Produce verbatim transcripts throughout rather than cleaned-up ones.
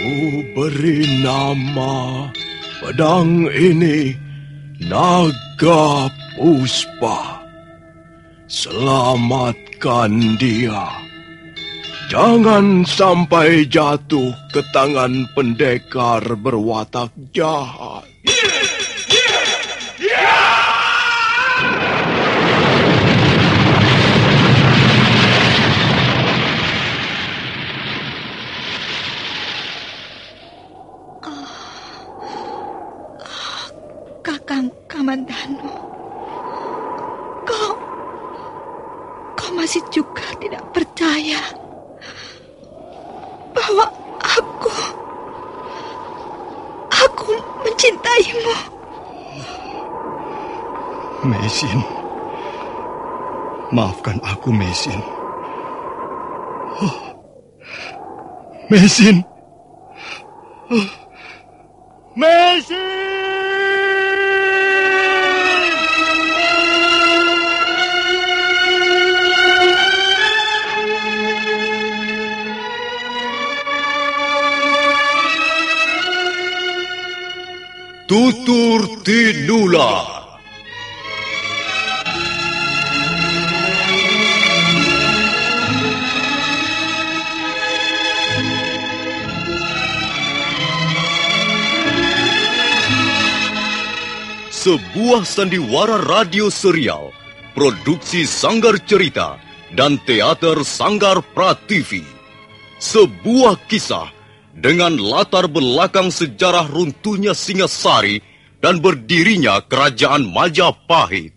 Ku beri nama pedang ini Naga Puspa. Selamatkan dia. Jangan sampai jatuh ke tangan pendekar berwatak jahat. Kakang Kamandanu, kau, kau masih juga tidak percaya bahwa aku, aku mencintaimu. Mesin, maafkan aku, Mesin. Oh, Mesin, oh, Mesin. Tutur Tinula. Sebuah sandiwara radio serial, produksi Sanggar Cerita dan Teater Sanggar Prativi. Sebuah kisah dengan latar belakang sejarah runtuhnya Singasari dan berdirinya Kerajaan Majapahit.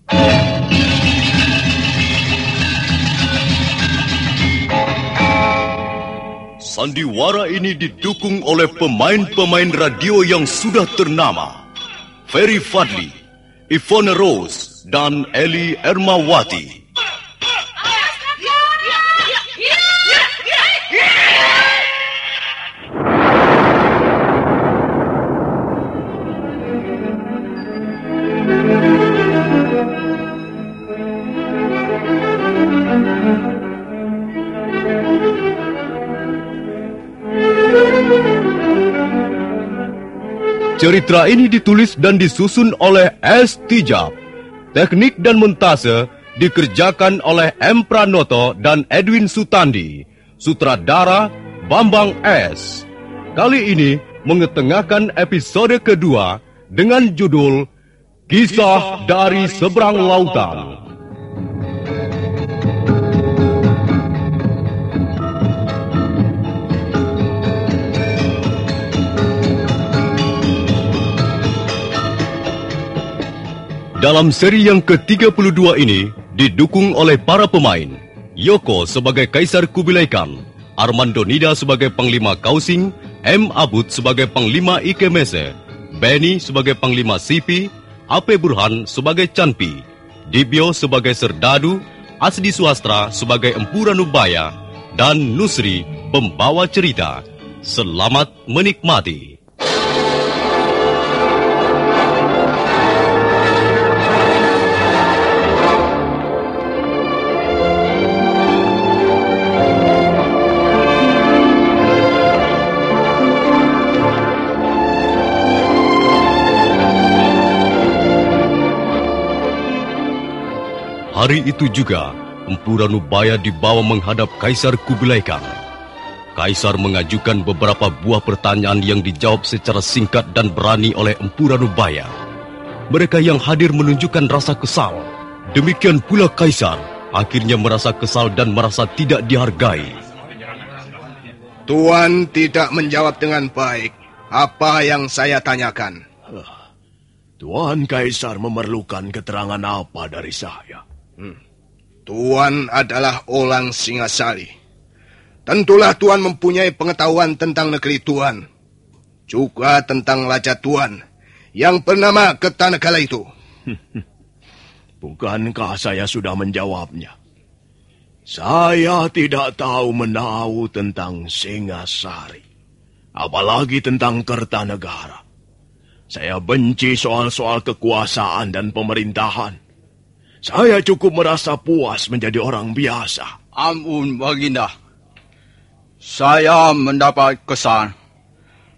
Sandiwara ini didukung oleh pemain-pemain radio yang sudah ternama. Ferry Fadli, Ivone Rose, dan Eli Ermawati. Cerita ini ditulis dan disusun oleh S. Tijab. Teknik dan montase dikerjakan oleh M. Pranoto dan Edwin Sutandi. Sutradara Bambang S. Kali ini mengetengahkan episode kedua dengan judul Kisah dari Seberang Lautan. Dalam seri yang ke tiga puluh dua ini didukung oleh para pemain. Yoko sebagai Kaisar Kubilai Khan, Armando Nida sebagai Panglima Kausing, M. Abud sebagai Panglima Ikemese, Benny sebagai Panglima Sipi, A P Burhan sebagai Canpi, Dibyo sebagai Serdadu, Asdi Suhastra sebagai Empu Ranubaya, dan Nusri pembawa cerita. Selamat menikmati. Hari itu juga, Empu Ranubaya dibawa menghadap Kaisar Kubilai Khan. Kaisar mengajukan beberapa buah pertanyaan yang dijawab secara singkat dan berani oleh Empu Ranubaya. Mereka yang hadir menunjukkan rasa kesal. Demikian pula Kaisar akhirnya merasa kesal dan merasa tidak dihargai. Tuan tidak menjawab dengan baik apa yang saya tanyakan. Tuan Kaisar memerlukan keterangan apa dari saya? Hmm. Tuan adalah orang Singasari. Tentulah Tuan mempunyai pengetahuan tentang negeri Tuan. Juga tentang raja Tuan yang bernama Kertanegara itu. Bukankah saya sudah menjawabnya? Saya tidak tahu menahu tentang Singasari. Apalagi tentang Kertanegara. Saya benci soal-soal kekuasaan dan pemerintahan. Saya cukup merasa puas menjadi orang biasa. Ampun, Baginda. Saya mendapat kesan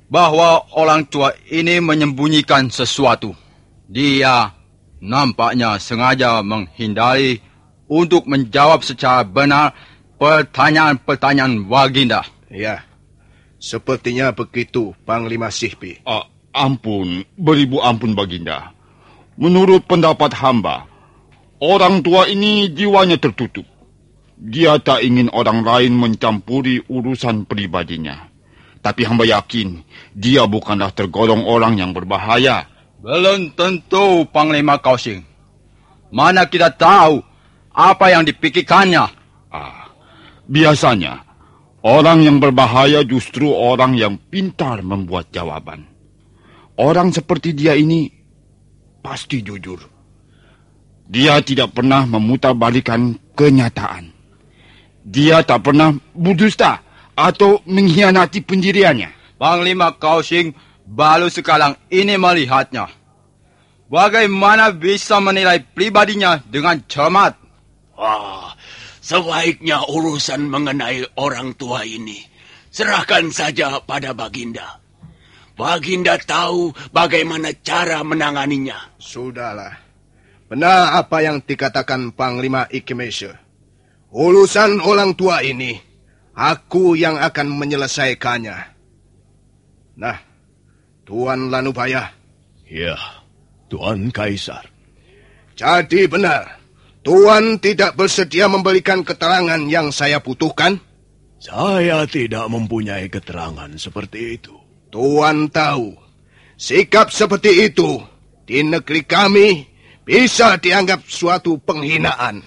bahwa orang tua ini menyembunyikan sesuatu. Dia nampaknya sengaja menghindari untuk menjawab secara benar pertanyaan-pertanyaan Baginda. Ya, sepertinya begitu, Panglima Sihpi. Uh, ampun, beribu ampun Baginda. Menurut pendapat hamba, orang tua ini jiwanya tertutup. Dia tak ingin orang lain mencampuri urusan pribadinya. Tapi hamba yakin, dia bukanlah tergolong orang yang berbahaya. Belum tentu, Panglima Kausing. Mana kita tahu apa yang dipikirkannya. Ah, biasanya, orang yang berbahaya justru orang yang pintar membuat jawaban. Orang seperti dia ini pasti jujur. Dia tidak pernah memutarbalikkan kenyataan. Dia tak pernah berdusta atau mengkhianati pendiriannya. Panglima Kausing baru sekarang ini melihatnya. Bagaimana bisa menilai pribadinya dengan cermat? Wah, sebaiknya urusan mengenai orang tua ini serahkan saja pada Baginda. Baginda tahu bagaimana cara menanganinya. Sudahlah. Benar apa yang dikatakan Panglima Ikemeshe. Urusan orang tua ini, aku yang akan menyelesaikannya. Nah, Tuan Lanubaya. Ya, Tuan Kaisar. Jadi benar, Tuan tidak bersedia memberikan keterangan yang saya butuhkan? Saya tidak mempunyai keterangan seperti itu. Tuan tahu, sikap seperti itu di negeri kami bisa dianggap suatu penghinaan.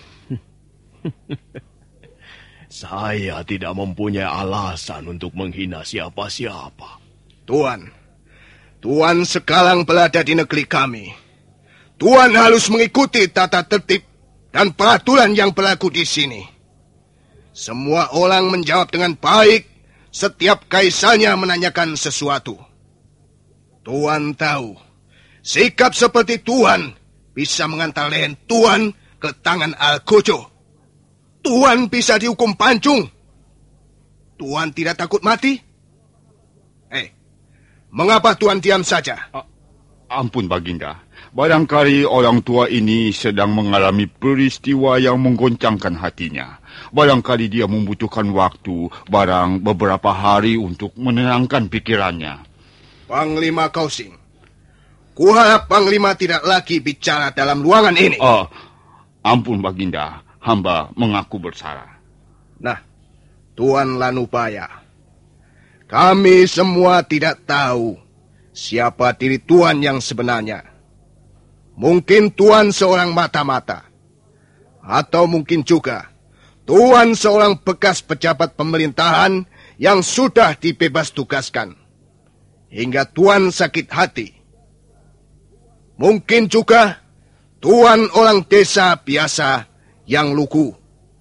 Saya tidak mempunyai alasan untuk menghina siapa-siapa. Tuan, Tuan sekarang berada di negeri kami. Tuan harus mengikuti tata tertib dan peraturan yang berlaku di sini. Semua orang menjawab dengan baik setiap kaisarnya menanyakan sesuatu. Tuan tahu, sikap seperti Tuan bisa mengantar leher Tuan ke tangan Algojo. Tuan bisa dihukum pancung. Tuan tidak takut mati? Eh, mengapa Tuan diam saja? A- ampun Baginda, barangkali orang tua ini sedang mengalami peristiwa yang menggoncangkan hatinya. Barangkali dia membutuhkan waktu, barang beberapa hari untuk menenangkan pikirannya. Panglima Kausing, kuharap Panglima tidak lagi bicara dalam ruangan ini. Oh, ampun Baginda. Hamba mengaku bersalah. Nah, Tuan Lanubaya, kami semua tidak tahu siapa diri Tuan yang sebenarnya. Mungkin Tuan seorang mata-mata. Atau mungkin juga Tuan seorang bekas pejabat pemerintahan yang sudah dibebas tugaskan. Hingga Tuan sakit hati. Mungkin juga Tuan orang desa biasa yang lugu.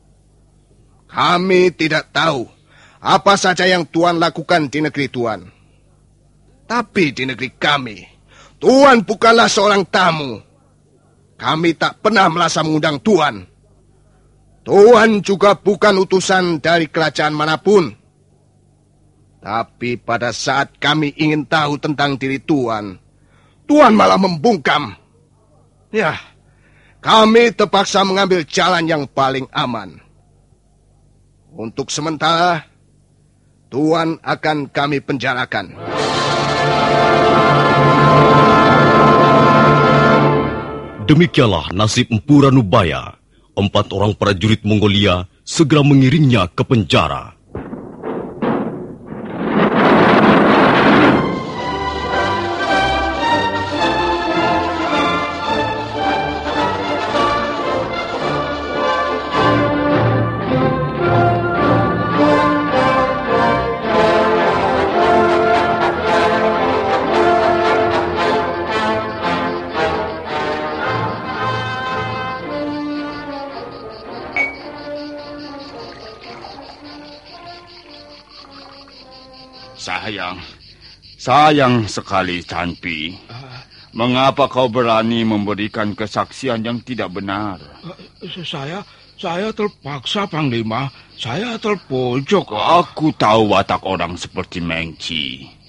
Kami tidak tahu apa saja yang Tuan lakukan di negeri Tuan. Tapi di negeri kami, Tuan bukanlah seorang tamu. Kami tak pernah merasa mengundang Tuan. Tuan juga bukan utusan dari kerajaan manapun. Tapi pada saat kami ingin tahu tentang diri Tuan, Tuan malah membungkam. Ya, kami terpaksa mengambil jalan yang paling aman. Untuk sementara, Tuan akan kami penjarakan. Demikianlah nasib Empu Ranubaya. Empat orang prajurit Mongolia segera mengiringnya ke penjara. Sayang, sayang sekali Chanpi. Mengapa kau berani memberikan kesaksian yang tidak benar? Saya, saya terpaksa Panglima. Saya terpojok. Aku tahu watak orang seperti Mengci.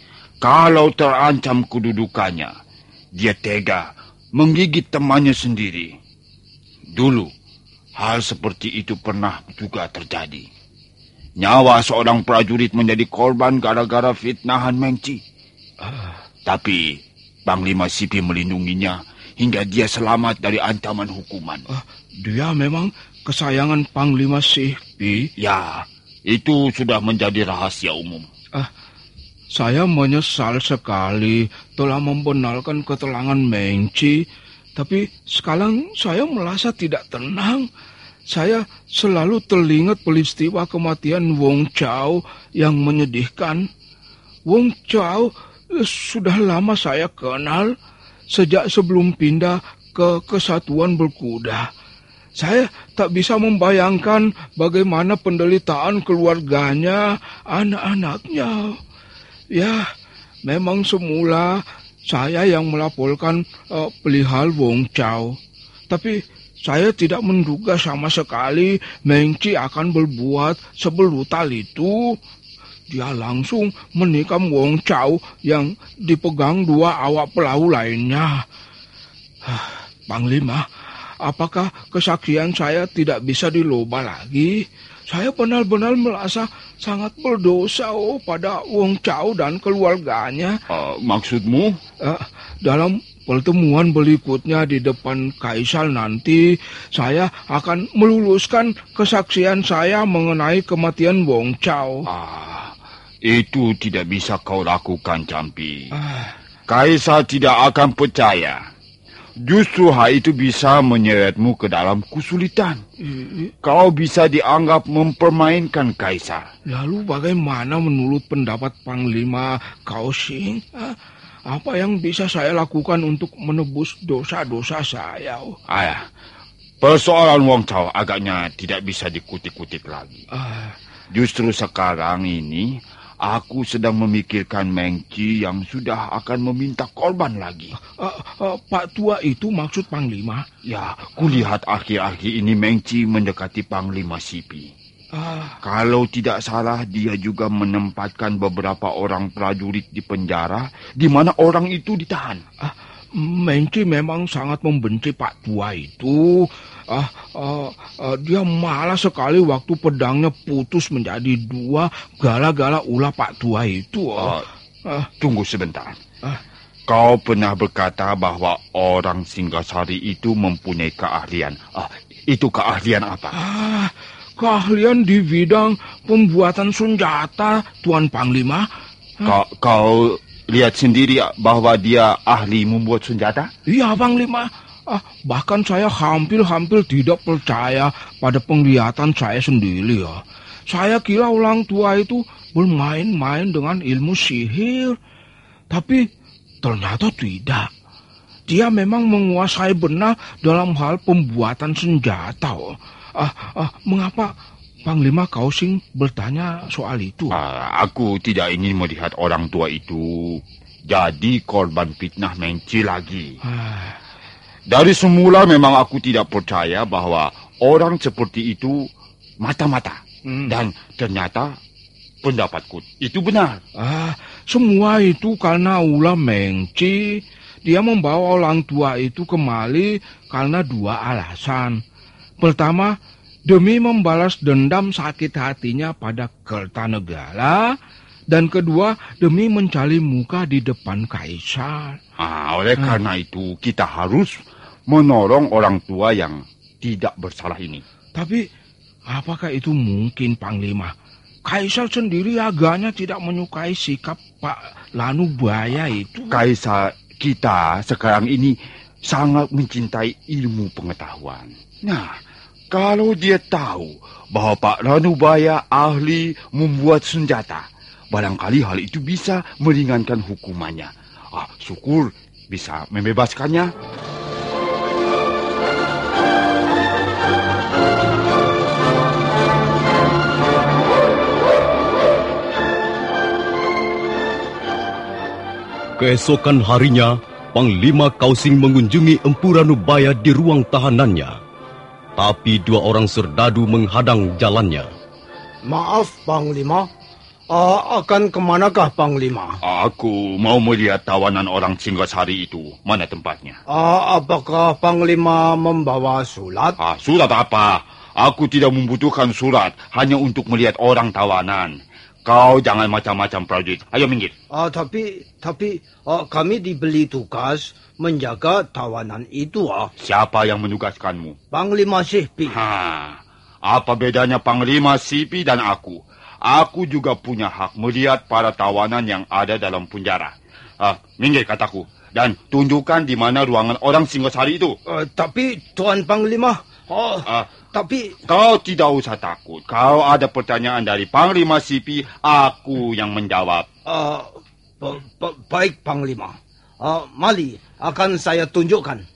Kalau terancam kedudukannya, dia tega menggigit temannya sendiri. Dulu, hal seperti itu pernah juga terjadi. Nyawa seorang prajurit menjadi korban gara-gara fitnahan Mengci. Uh. Tapi Panglima Sipi melindunginya hingga dia selamat dari ancaman hukuman. Uh, dia memang kesayangan Panglima Sipi? Ya, itu sudah menjadi rahasia umum. Uh, saya menyesal sekali telah membenarkan keterangan Mengci, tapi sekarang saya merasa tidak tenang. Saya selalu teringat peristiwa kematian Wong Chao yang menyedihkan. Wong Chao sudah lama saya kenal, sejak sebelum pindah ke Kesatuan Berkuda. Saya tak bisa membayangkan bagaimana penderitaan keluarganya, anak-anaknya. Ya, memang semula saya yang melaporkan uh, perihal Wong Chao. Tapi saya tidak menduga sama sekali Mengci akan berbuat sebrutal itu. Dia langsung menikam Wong Chao yang dipegang dua awak perahu lainnya. Panglima, apakah kesaksian saya tidak bisa diloba lagi? Saya benar-benar merasa sangat berdosa oh, pada Wong Chao dan keluarganya. Uh, maksudmu? Uh, dalam pertemuan berikutnya di depan Kaisar nanti, saya akan meluluskan kesaksian saya mengenai kematian Wong Chao. Ah, itu tidak bisa kau lakukan, Campi. Ah. Kaisar tidak akan percaya. Justru hal itu bisa menyeretmu ke dalam kesulitan. Kau bisa dianggap mempermainkan Kaisar. Lalu bagaimana menurut pendapat Panglima Kaohsing? Apa yang bisa saya lakukan untuk menebus dosa-dosa saya? Ayah, persoalan Wong Chao agaknya tidak bisa dikutip-kutip lagi. Ah. Justru sekarang ini, aku sedang memikirkan Mengci yang sudah akan meminta korban lagi. Uh, uh, Pak Tua itu maksud Panglima? Ya, kulihat akhir-akhir ini Mengci mendekati Panglima Sipi. Uh. Kalau tidak salah, dia juga menempatkan beberapa orang prajurit di penjara, di mana orang itu ditahan. Uh, Mengci memang sangat membenci Pak Tua itu. Ah, uh, uh, dia malah sekali waktu pedangnya putus menjadi dua gara-gara ulah Pak Tua itu. Uh, uh, tunggu sebentar. Uh, Kau pernah berkata bahwa orang Singgasari itu mempunyai keahlian. Uh, itu keahlian apa? Ah, keahlian di bidang pembuatan senjata, Tuan Panglima. Kau, kau lihat sendiri bahwa dia ahli membuat senjata? Iya, Panglima. Ah, bahkan saya hampir-hampir tidak percaya pada penglihatan saya sendiri ya. Saya kira orang tua itu bermain-main dengan ilmu sihir. Tapi ternyata tidak. Dia memang menguasai benar dalam hal pembuatan senjata. Ah, ah, mengapa Panglima Kaohsing bertanya soal itu? Ah, aku tidak ingin melihat orang tua itu jadi korban fitnah Mengci lagi. Ah. Dari semula memang aku tidak percaya bahwa orang seperti itu mata-mata. Hmm. Dan ternyata pendapatku itu benar. Ah, semua itu karena ulah Mengci. Dia membawa orang tua itu kemari karena dua alasan. Pertama, demi membalas dendam sakit hatinya pada Kertanegara. Dan kedua, demi mencari muka di depan Kaisar. Ah, oleh ah. karena itu, kita harus menolong orang tua yang tidak bersalah ini. Tapi, apakah itu mungkin, Panglima? Kaisar sendiri agaknya tidak menyukai sikap Pak Lanubaya itu. Kaisar kita sekarang ini sangat mencintai ilmu pengetahuan. Nah, kalau dia tahu bahwa Pak Lanubaya ahli membuat senjata, barangkali hal itu bisa meringankan hukumannya. Ah, syukur bisa membebaskannya. Keesokan harinya, Panglima Kaohsing mengunjungi Empu Ranubaya di ruang tahanannya. Tapi dua orang serdadu menghadang jalannya. Maaf, Panglima. Uh, akan kemanakah Panglima? Aku mau melihat tawanan orang Singgasari itu. Mana tempatnya? Uh, apakah Panglima membawa surat? Ah, surat apa? Aku tidak membutuhkan surat. Hanya untuk melihat orang tawanan. Kau jangan macam-macam, prajurit. Ayo minggir. Uh, tapi tapi uh, kami diberi tugas menjaga tawanan itu. Uh. Siapa yang menugaskanmu? Panglima Sipi. Ha, apa bedanya Panglima Sipi dan aku? Aku juga punya hak melihat para tawanan yang ada dalam penjara. Ah, minggir kataku. Dan tunjukkan di mana ruangan orang Singgasari itu. Uh, tapi Tuan Panglima, oh, ah, tapi... Kau tidak usah takut. Kau ada pertanyaan dari Panglima Sipi, aku yang menjawab. Uh, baik Panglima. Uh, mari, akan saya tunjukkan.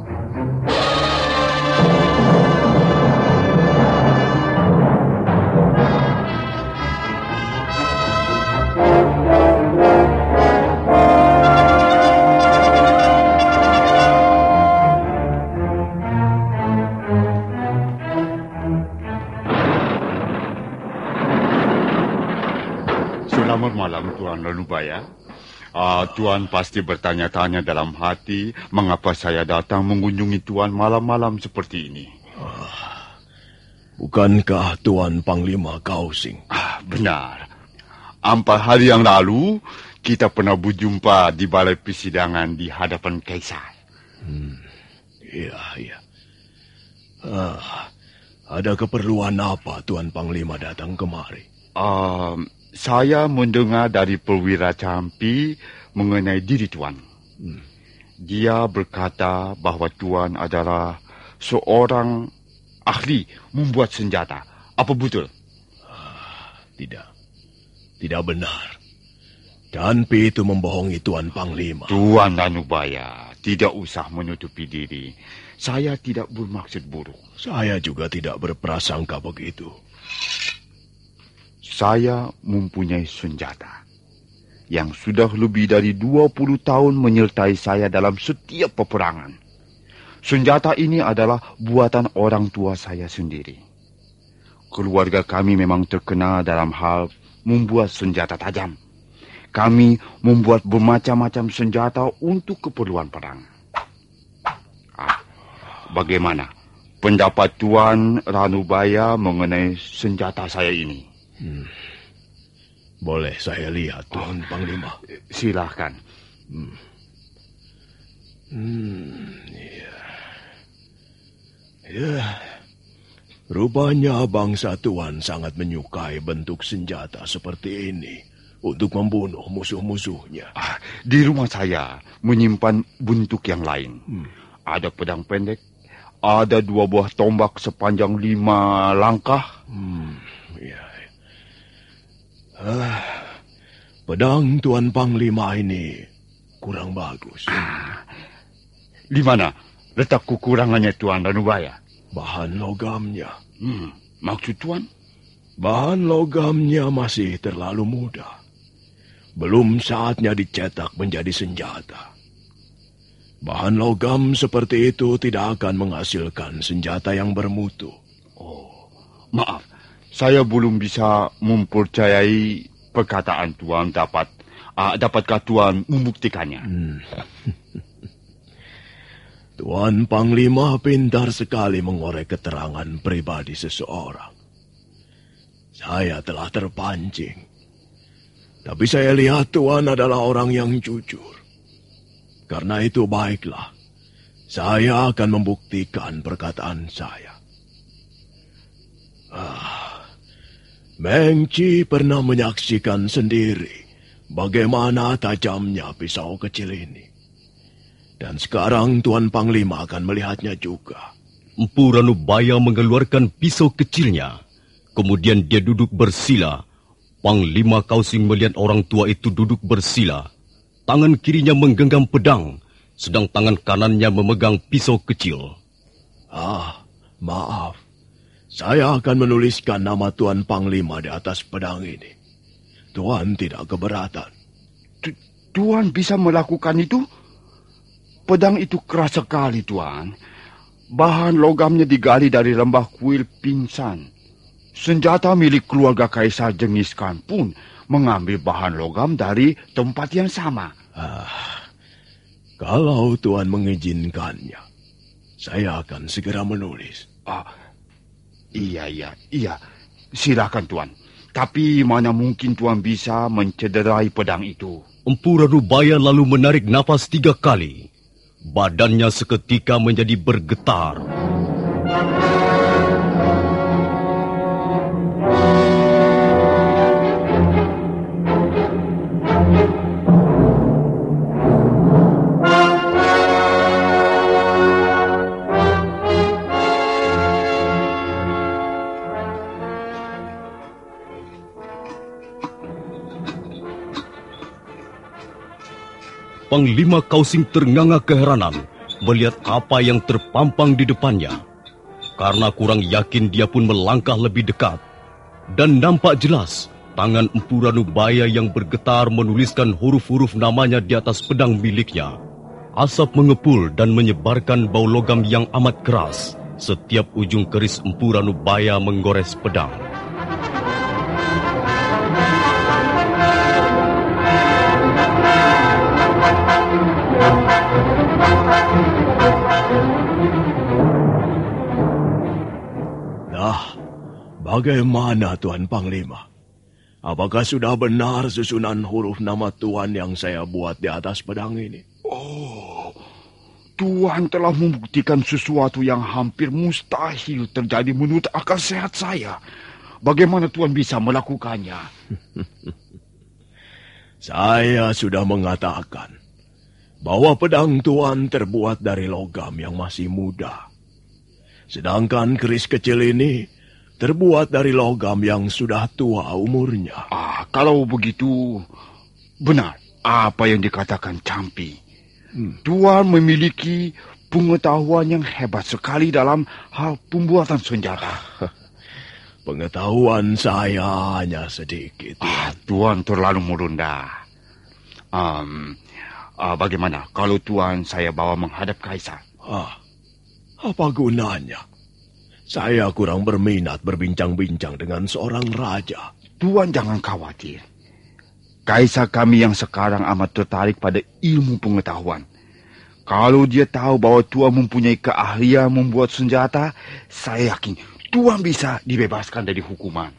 Selamat malam, Tuan Ranubaya. Uh, Tuan pasti bertanya-tanya dalam hati mengapa saya datang mengunjungi Tuan malam-malam seperti ini. Ah, bukankah Tuan Panglima Kausing? Ah, benar. Empat hari yang lalu, kita pernah berjumpa di balai persidangan di hadapan Kaisar. Hmm, iya, iya. Ah, ada keperluan apa Tuan Panglima datang kemari? Uh, Saya mendengar dari perwira Campi mengenai diri Tuan. Hmm. Dia berkata bahawa Tuan adalah seorang ahli membuat senjata. Apa betul? Ah, tidak. Tidak benar. Campi itu membohongi Tuan Panglima. Tuan Ranubaya, tidak usah menutupi diri. Saya tidak bermaksud buruk. Saya juga tidak berprasangka begitu. Saya mempunyai senjata yang sudah lebih dari dua puluh tahun menyertai saya dalam setiap peperangan. Senjata ini adalah buatan orang tua saya sendiri. Keluarga kami memang terkenal dalam hal membuat senjata tajam. Kami membuat bermacam-macam senjata untuk keperluan perang. Ah, bagaimana pendapat Tuan Ranubaya mengenai senjata saya ini? Hmm. Boleh saya lihat, Tuan oh, Panglima? Silahkan. Hmm. Hmm, ya. Ya. Rupanya bangsa Tuan sangat menyukai bentuk senjata seperti ini untuk membunuh musuh-musuhnya. Ah, di rumah saya menyimpan bentuk yang lain. Hmm. Ada pedang pendek, ada dua buah tombak sepanjang lima langkah. Hmm, ya. Ah, pedang Tuan Panglima ini kurang bagus. Ah, di mana letak kekurangannya Tuan Ranubaya? Bahan logamnya. Hmm, maksud Tuan? Bahan logamnya masih terlalu muda. Belum saatnya dicetak menjadi senjata. Bahan logam seperti itu tidak akan menghasilkan senjata yang bermutu. Oh, maaf. Saya belum bisa mempercayai perkataan Tuan. Dapat, uh, dapatkah Tuan membuktikannya? Hmm. Tuan Panglima pintar sekali mengorek keterangan pribadi seseorang. Saya telah terpancing. Tapi saya lihat Tuan adalah orang yang jujur. Karena itu baiklah, saya akan membuktikan perkataan saya. Ah. Mengci pernah menyaksikan sendiri bagaimana tajamnya pisau kecil ini. Dan sekarang Tuan Panglima akan melihatnya juga. Empu Ranubaya mengeluarkan pisau kecilnya. Kemudian dia duduk bersila. Panglima Kausing melihat orang tua itu duduk bersila. Tangan kirinya menggenggam pedang, sedang tangan kanannya memegang pisau kecil. Ah, maaf. Saya akan menuliskan nama Tuan Panglima di atas pedang ini. Tuan tidak keberatan. Tuan bisa melakukan itu? Pedang itu keras sekali, Tuan. Bahan logamnya digali dari lembah kuil pingsan. Senjata milik keluarga Kaisar Genghis Khan pun mengambil bahan logam dari tempat yang sama. Ah, kalau Tuan mengizinkannya, saya akan segera menulis. Ah, iya, iya, iya. Silakan Tuan. Tapi mana mungkin Tuan bisa mencederai pedang itu? Empu Ranubaya lalu menarik nafas tiga kali. Badannya seketika menjadi bergetar. Panglima Kausing ternganga keheranan melihat apa yang terpampang di depannya. Karena kurang yakin, dia pun melangkah lebih dekat. Dan nampak jelas tangan Empu Ranubaya yang bergetar menuliskan huruf-huruf namanya di atas pedang miliknya. Asap mengepul dan menyebarkan bau logam yang amat keras. Setiap ujung keris Empu Ranubaya menggores pedang. Nah, bagaimana Tuan Panglima? Apakah sudah benar susunan huruf nama Tuan yang saya buat di atas pedang ini? Oh, Tuan telah membuktikan sesuatu yang hampir mustahil terjadi menurut akal sehat saya. Bagaimana Tuan bisa melakukannya? Saya sudah mengatakan bahwa pedang Tuan terbuat dari logam yang masih muda. Sedangkan keris kecil ini terbuat dari logam yang sudah tua umurnya. Ah, kalau begitu, benar apa yang dikatakan Campi. Hmm. Tuan memiliki pengetahuan yang hebat sekali dalam hal pembuatan senjata. Pengetahuan saya hanya sedikit. Ah, Tuan terlalu merendah. Um, ah, bagaimana kalau Tuan saya bawa menghadap Kaisar? Ah. Apa gunanya? Saya kurang berminat berbincang-bincang dengan seorang raja. Tuan jangan khawatir. Kaisar kami yang sekarang amat tertarik pada ilmu pengetahuan. Kalau dia tahu bahwa Tuan mempunyai keahlian membuat senjata, saya yakin Tuan bisa dibebaskan dari hukuman.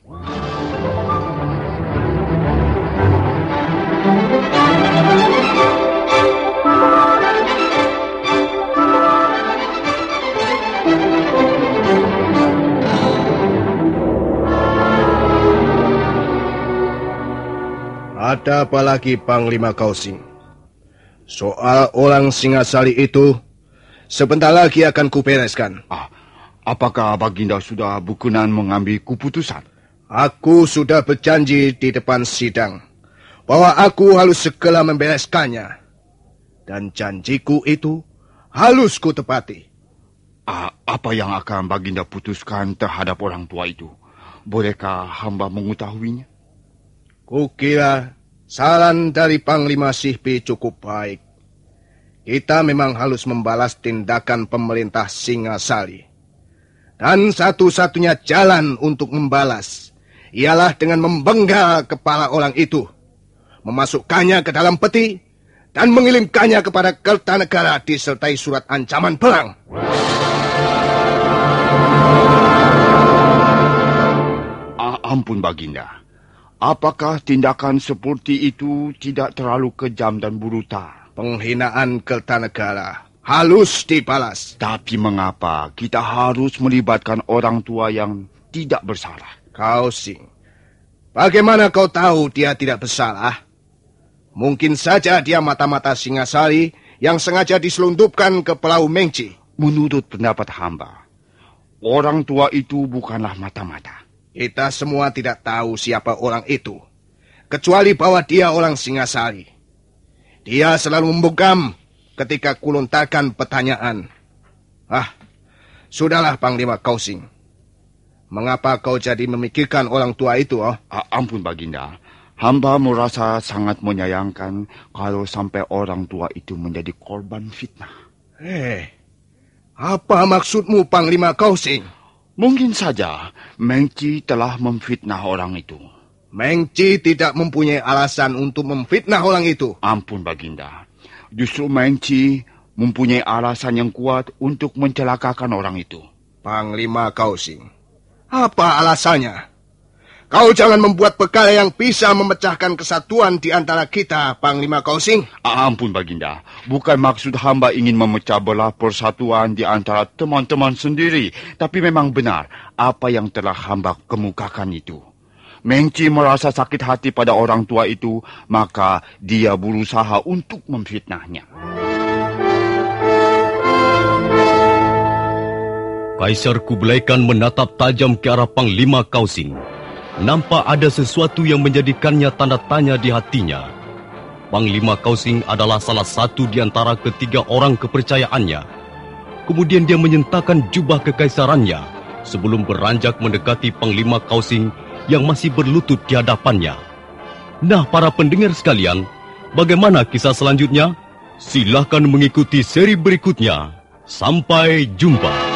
Ada apa lagi, Panglima Kausing? Soal orang Singasali itu sebentar lagi akan kubereskan. Ah, apakah Baginda sudah berkenan mengambil keputusan? Aku sudah berjanji di depan sidang bahwa aku harus segera membereskannya. Dan janjiku itu harus kutepati. Ah, apa yang akan Baginda putuskan terhadap orang tua itu? Bolehkah hamba mengetahuinya? Kukira saran dari Panglima Sihpi cukup baik. Kita memang harus membalas tindakan pemerintah Singasali. Dan satu-satunya jalan untuk membalas ialah dengan membenggal kepala orang itu, memasukkannya ke dalam peti, dan mengirimkannya kepada Kertanegara disertai surat ancaman perang. Ah, ampun Baginda. Apakah tindakan seperti itu tidak terlalu kejam dan brutal? Penghinaan Kertanegara halus dibalas. Tapi mengapa kita harus melibatkan orang tua yang tidak bersalah? Kausing, bagaimana kau tahu dia tidak bersalah? Mungkin saja dia mata-mata Singasali yang sengaja diselundupkan ke Pulau Mengci. Menurut pendapat hamba, orang tua itu bukanlah mata-mata. Kita semua tidak tahu siapa orang itu, kecuali bahwa dia orang Singasali. Dia selalu membungkam ketika kulontarkan pertanyaan. Ah, sudahlah Panglima Kausing. Mengapa kau jadi memikirkan orang tua itu? Oh? Ah, ampun Baginda, hamba merasa sangat menyayangkan kalau sampai orang tua itu menjadi korban fitnah. Eh, apa maksudmu Panglima Kausing? Mungkin saja Mengci telah memfitnah orang itu. Mengci tidak mempunyai alasan untuk memfitnah orang itu. Ampun, Baginda. Justru Mengci mempunyai alasan yang kuat untuk mencelakakan orang itu. Panglima Kausing, apa alasannya? Kau jangan membuat perkara yang bisa memecahkan kesatuan di antara kita, Panglima Kausing. Ampun, Baginda. Bukan maksud hamba ingin memecah belah persatuan di antara teman-teman sendiri. Tapi memang benar apa yang telah hamba kemukakan itu. Mengci merasa sakit hati pada orang tua itu, maka dia berusaha untuk memfitnahnya. Kaisar Kublai Khan menatap tajam ke arah Panglima Kausing. Nampak ada sesuatu yang menjadikannya tanda tanya di hatinya. Panglima Kausing adalah salah satu di antara ketiga orang kepercayaannya. Kemudian dia menyentakkan jubah kekaisarannya sebelum beranjak mendekati Panglima Kausing yang masih berlutut di hadapannya. Nah, para pendengar sekalian, bagaimana kisah selanjutnya? Silahkan mengikuti seri berikutnya. Sampai jumpa.